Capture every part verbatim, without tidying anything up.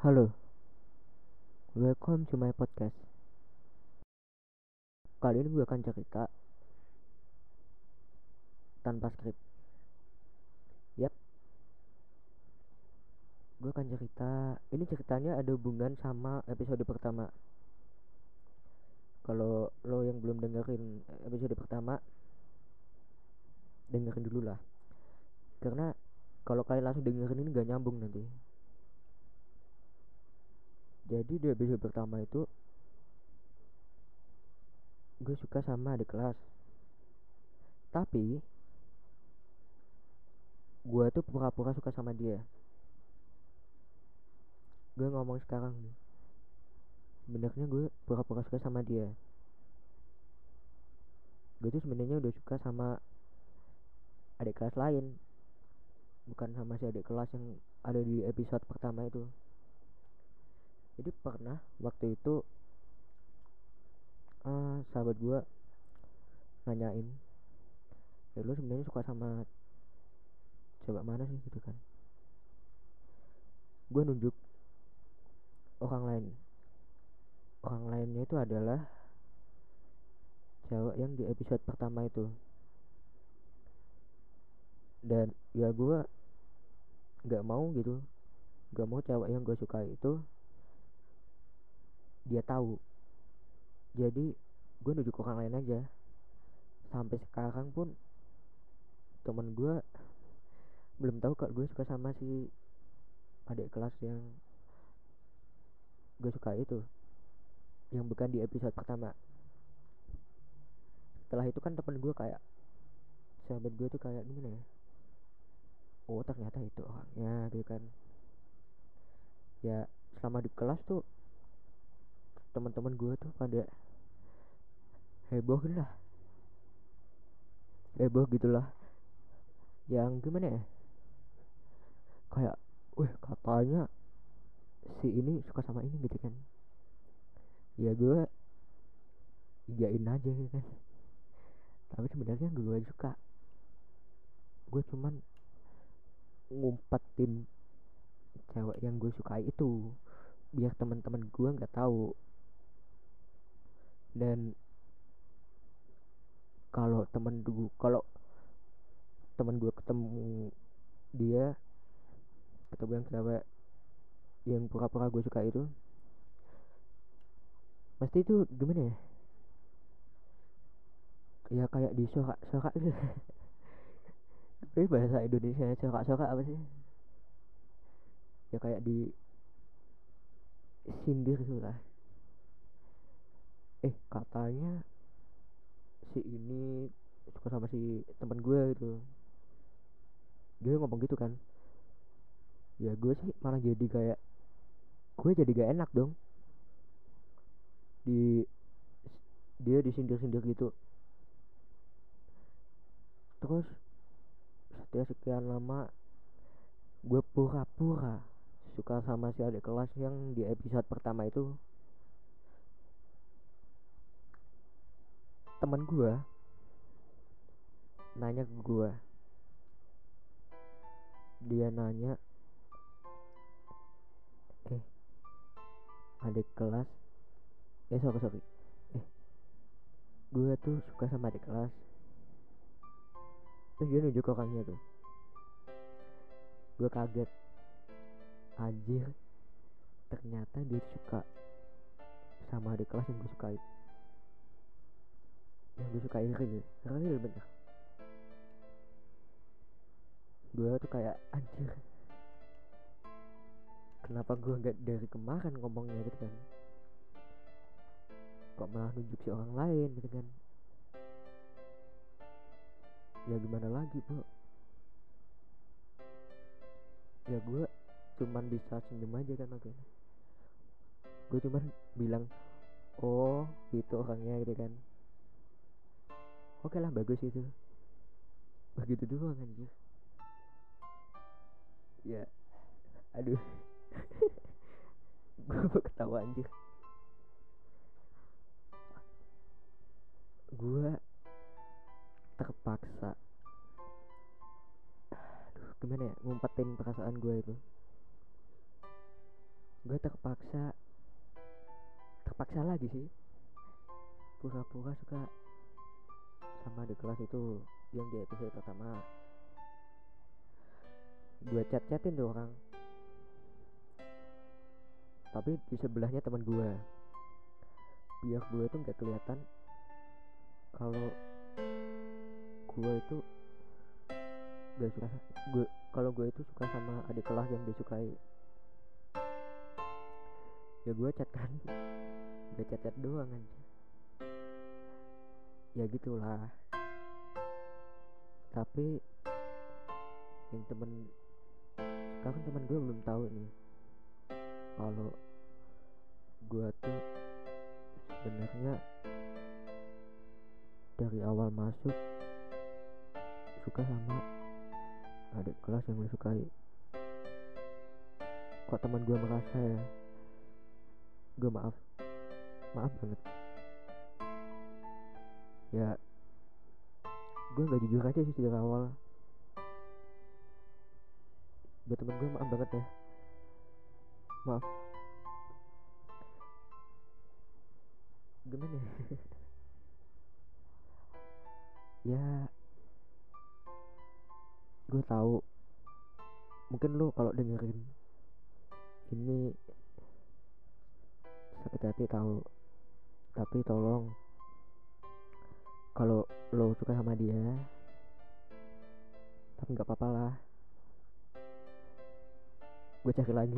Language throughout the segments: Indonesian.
Halo, welcome to my podcast. Kali ini gue akan cerita tanpa skrip. Yap, gue akan cerita. Ini ceritanya ada hubungan sama episode pertama. Kalau lo yang belum dengerin episode pertama, dengerin dulu lah. Karena kalau kalian langsung dengerin ini gak nyambung nanti. Jadi di episode pertama itu gue suka sama adik kelas. Tapi gue tuh pura-pura suka sama dia. Gue ngomong sekarang nih. Sebenarnya gue pura-pura suka sama dia. Gue tuh sebenarnya udah suka sama adik kelas lain, bukan sama si adik kelas yang ada di episode pertama itu. Jadi pernah waktu itu uh, sahabat gue nanyain, ya lu sebenarnya suka sama cewek mana sih gitu kan. Gue nunjuk orang lain. Orang lainnya itu adalah cewek yang di episode pertama itu. Dan ya gue nggak mau gitu, nggak mau cewek yang gue suka itu dia tahu. Jadi gue nunjuk orang lain aja. Sampai sekarang pun temen gue belum tahu kalau gue suka sama si adik kelas yang gue suka itu, yang bukan di episode pertama. Setelah itu kan temen gue kayak, sahabat gue tuh kayak gimana ya, oh ternyata itu orangnya gitu kan. Ya selama di kelas tuh teman-teman gue tuh pada heboh lah, heboh gitulah, yang gimana ya, kayak wih katanya si ini suka sama ini gitu kan. Ya gue iyain aja gitu kan, tapi sebenarnya gue suka. Gue cuman ngumpetin cewek yang gue sukai itu biar teman-teman gue nggak tahu. Dan kalau temen gue kalau temen gue ketemu dia, ketemu yang cewek yang pura-pura gue suka itu, pasti itu gimana ya, ya kayak di sorak-sorak itu. Tapi bahasa Indonesia sorak-sorak apa sih, ya kayak di sindir gitu lah. Eh katanya si ini suka sama si teman gue gitu, dia ngomong gitu kan. Ya gue sih malah jadi kayak, gue jadi gak enak dong, di dia disindir-sindir gitu. Terus setelah sekian lama gue pura-pura suka sama si adik kelas yang di episode pertama itu. Temen gue nanya ke gue, dia nanya, eh adik kelas, eh sorry sorry eh gue tuh suka sama adik kelas. Terus dia nunjuk orangnya tuh. Gue kaget, anjir ternyata dia suka sama adik kelas yang gue sukai, yang gue sukai real real bener. Gue tuh kayak anjir, kenapa gue nggak dari kemarin ngomongnya gitu kan, kok malah nunjuk si orang lain gitu kan. Ya gimana lagi bro, ya gue cuman bisa senyum aja kan. Oke, gue cuman bilang oh gitu orangnya gitu kan, oke lah bagus itu, begitu doang anjir. Ya aduh, gue mau ketawa anjir. Gue terpaksa, aduh gimana ya ngumpetin perasaan gue itu. gue terpaksa terpaksa lagi sih pura-pura suka sama di kelas itu. Yang di episode pertama gue chat-chatin tuh orang, tapi di sebelahnya teman gue, biar gue tuh nggak kelihatan kalau gue itu gak suka gue kalau gue itu suka sama adik kelas yang disukai. Ya gue chat kan, gue chat chat doang aja, ya gitulah. Tapi yang temen sekarang teman gue belum tahu nih kalau gue tuh sebenarnya dari awal masuk suka sama adik kelas yang disukai. Kok teman gue merasa ya, gue maaf maaf banget ya, gue nggak jujur aja sih dari awal. Buat temen gue maaf banget ya, maaf. Gimana ya? Ya gue tahu mungkin lo kalau dengerin ini sakit hati tahu, tapi tolong kalau lo suka sama dia, tapi nggak apa-apa lah, gue cari lagi.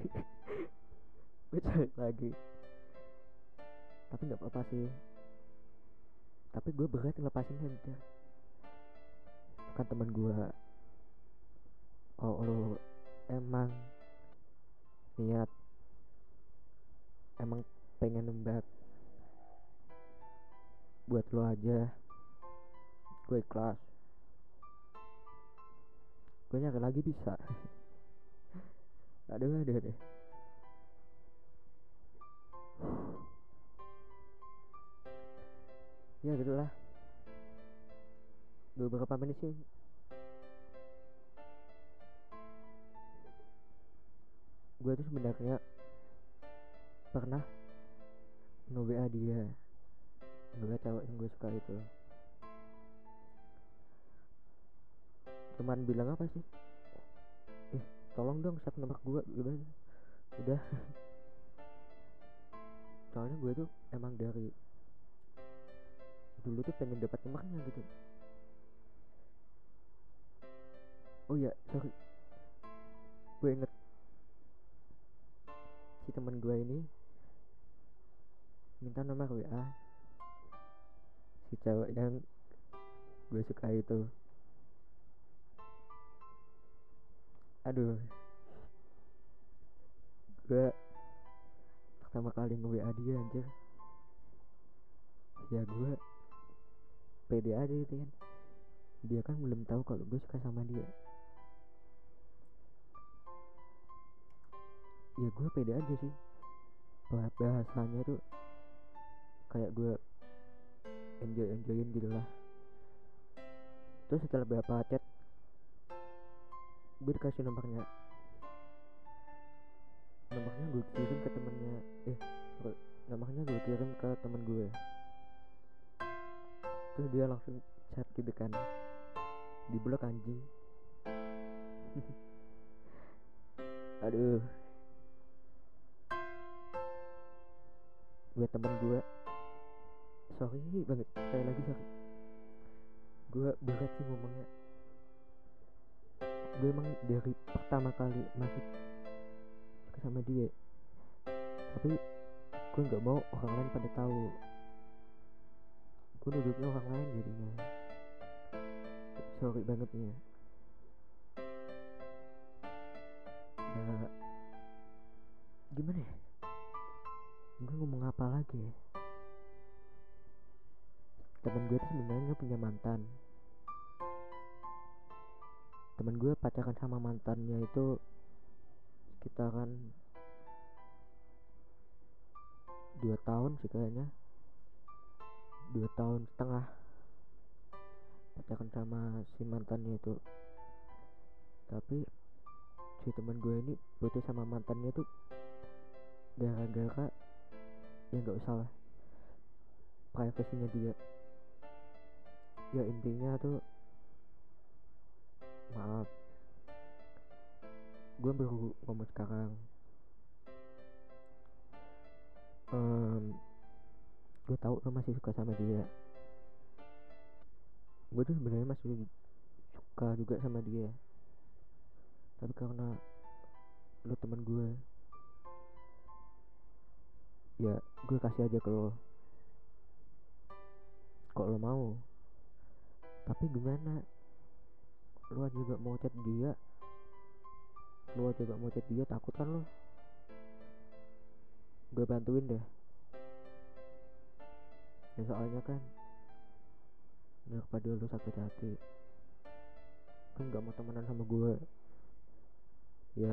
Gue cari lagi, tapi nggak apa-apa sih. Tapi gue berat ngelepasinnya aja. Kan teman gue, kalau lo emang niat, emang pengen nembak, buat lo aja, gue ikhlas. Gue nyari lagi bisa. Aduh aduh deh. Ya gitulah, beberapa menit sih gue tuh sebenarnya pernah nge-W A dia, nge-W A cewek yang gue suka itu. Cuman bilang apa sih, eh tolong dong save nomor gue, udah udah. Soalnya gue tuh emang dari dulu tuh pengen dapat nomornya gitu. Oh ya sorry, gue inget si teman gue ini minta nomor W A si cewek yang gue suka itu. Aduh, gue pertama kali nge-W A dia anjir, ya gue pede aja gitu kan. Dia kan belum tahu kalau gue suka sama dia. Ya gue pede aja sih, bahasanya tuh kayak gue enjoy enjoyin gitu lah. Terus setelah beberapa chat, gue dikasih nomornya. Nomornya gue kirim ke temennya, eh nomornya gue kirim ke temen gue. Terus dia langsung chat gitu kan, di blok anjing. Aduh, buat temen gue, sorry banget, sekali lagi sorry, gue berat sih ngomongnya. Gue emang dari pertama kali masuk suka sama dia, tapi gue nggak mau orang lain pada tahu. Gue nuduknya orang lain jadinya. Sorry banget nih ya. Nah, gimana ya? Gue ngomong apa lagi ya? Temen gue tuh sebenarnya punya mantan. Temen gue pacaran sama mantannya itu sekitaran dua tahun sih kayaknya, dua tahun setengah pacaran sama si mantannya itu. Tapi si teman gue ini putus sama mantannya tuh gara-gara ya nggak usah lah, privasinya dia. Ya intinya tuh, maaf, gue baru ngomong sekarang. um, gue tahu lo masih suka sama dia. Gue tuh sebenarnya masih suka juga sama dia, tapi karena lo teman gue, ya gue kasih aja ke lo. Kok lo mau? Tapi gimana, lo juga mau chat dia, lo juga mau chat dia, takut kan lo? Gue bantuin deh ya, soalnya kan daripada lo sakit hati, kan gak mau temenan sama gue, ya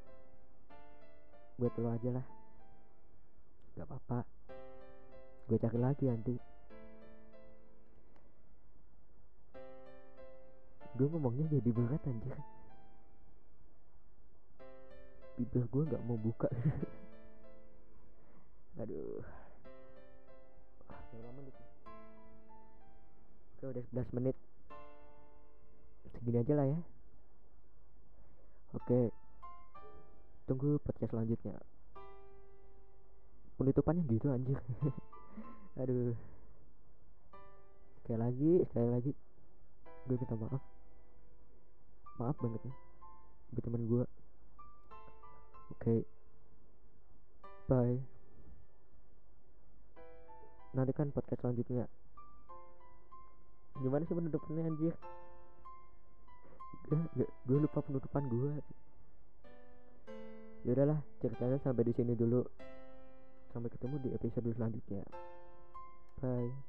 buat lo aja lah, gak apa-apa, gue cari lagi nanti. Gue ngomongnya jadi berat anjir, bibir gue gak mau buka. Aduh, ah, berapa menit? Oke, udah sebelas menit, segini aja lah ya. Oke, tunggu podcast selanjutnya. Penutupannya gitu anjir. Aduh, sekali lagi sekali lagi gue minta maaf, maaf banget nih buat teman gue. Oke, bye. Nantikan podcast selanjutnya. Gimana sih penutupannya anjir? Gak, gak, gue lupa penutupan gue. Ya udahlah, ceritanya sampai di sini dulu. Sampai ketemu di episode selanjutnya. Bye.